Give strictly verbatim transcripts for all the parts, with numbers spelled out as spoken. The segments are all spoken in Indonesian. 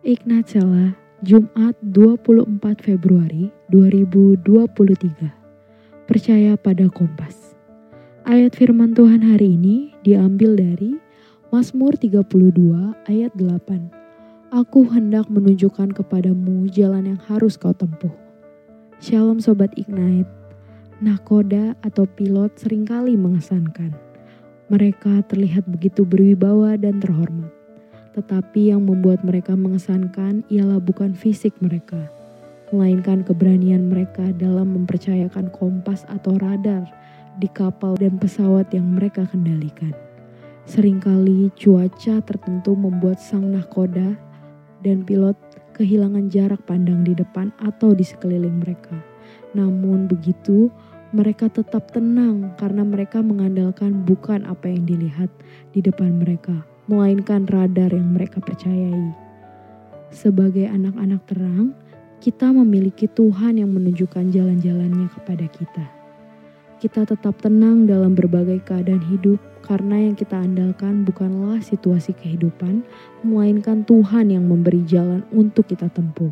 Ignat Sela, Jumat dua puluh empat Februari dua ribu dua puluh tiga. Percaya pada Kompas. Ayat firman Tuhan hari ini diambil dari Mazmur tiga puluh dua ayat delapan. Aku hendak menunjukkan kepadamu jalan yang harus kau tempuh. Shalom Sobat Ignite. Nahkoda atau pilot seringkali mengesankan. Mereka terlihat begitu berwibawa dan terhormat. Tetapi yang membuat mereka mengesankan ialah bukan fisik mereka, melainkan keberanian mereka dalam mempercayakan kompas atau radar di kapal dan pesawat yang mereka kendalikan. Seringkali cuaca tertentu membuat sang nahkoda dan pilot kehilangan jarak pandang di depan atau di sekeliling mereka. Namun begitu, mereka tetap tenang karena mereka mengandalkan bukan apa yang dilihat di depan mereka, melainkan radar yang mereka percayai. Sebagai anak-anak terang, kita memiliki Tuhan yang menunjukkan jalan-jalannya kepada kita. Kita tetap tenang dalam berbagai keadaan hidup karena yang kita andalkan bukanlah situasi kehidupan, melainkan Tuhan yang memberi jalan untuk kita tempuh.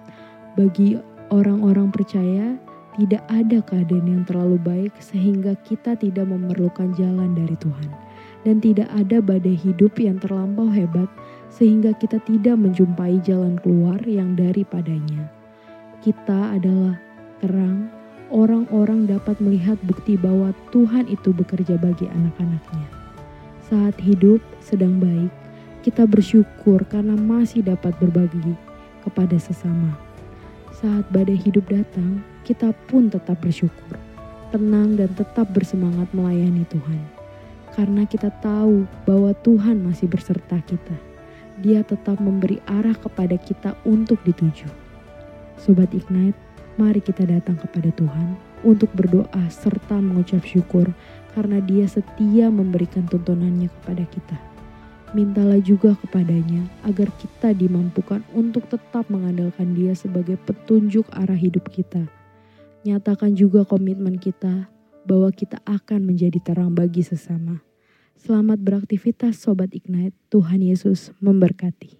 Bagi orang-orang percaya, tidak ada keadaan yang terlalu baik sehingga kita tidak memerlukan jalan dari Tuhan. Dan tidak ada badai hidup yang terlampau hebat sehingga kita tidak menjumpai jalan keluar yang daripadanya. Kita adalah terang, orang-orang dapat melihat bukti bahwa Tuhan itu bekerja bagi anak-anaknya. Saat hidup sedang baik, kita bersyukur karena masih dapat berbagi kepada sesama. Saat badai hidup datang, kita pun tetap bersyukur, tenang dan tetap bersemangat melayani Tuhan. Karena kita tahu bahwa Tuhan masih berserta kita. Dia tetap memberi arah kepada kita untuk dituju. Sobat Ignite, mari kita datang kepada Tuhan untuk berdoa serta mengucap syukur karena Dia setia memberikan tuntunannya kepada kita. Mintalah juga kepadanya agar kita dimampukan untuk tetap mengandalkan Dia sebagai petunjuk arah hidup kita. Nyatakan juga komitmen kita bahwa kita akan menjadi terang bagi sesama. Selamat beraktivitas Sobat Ignite, Tuhan Yesus memberkati.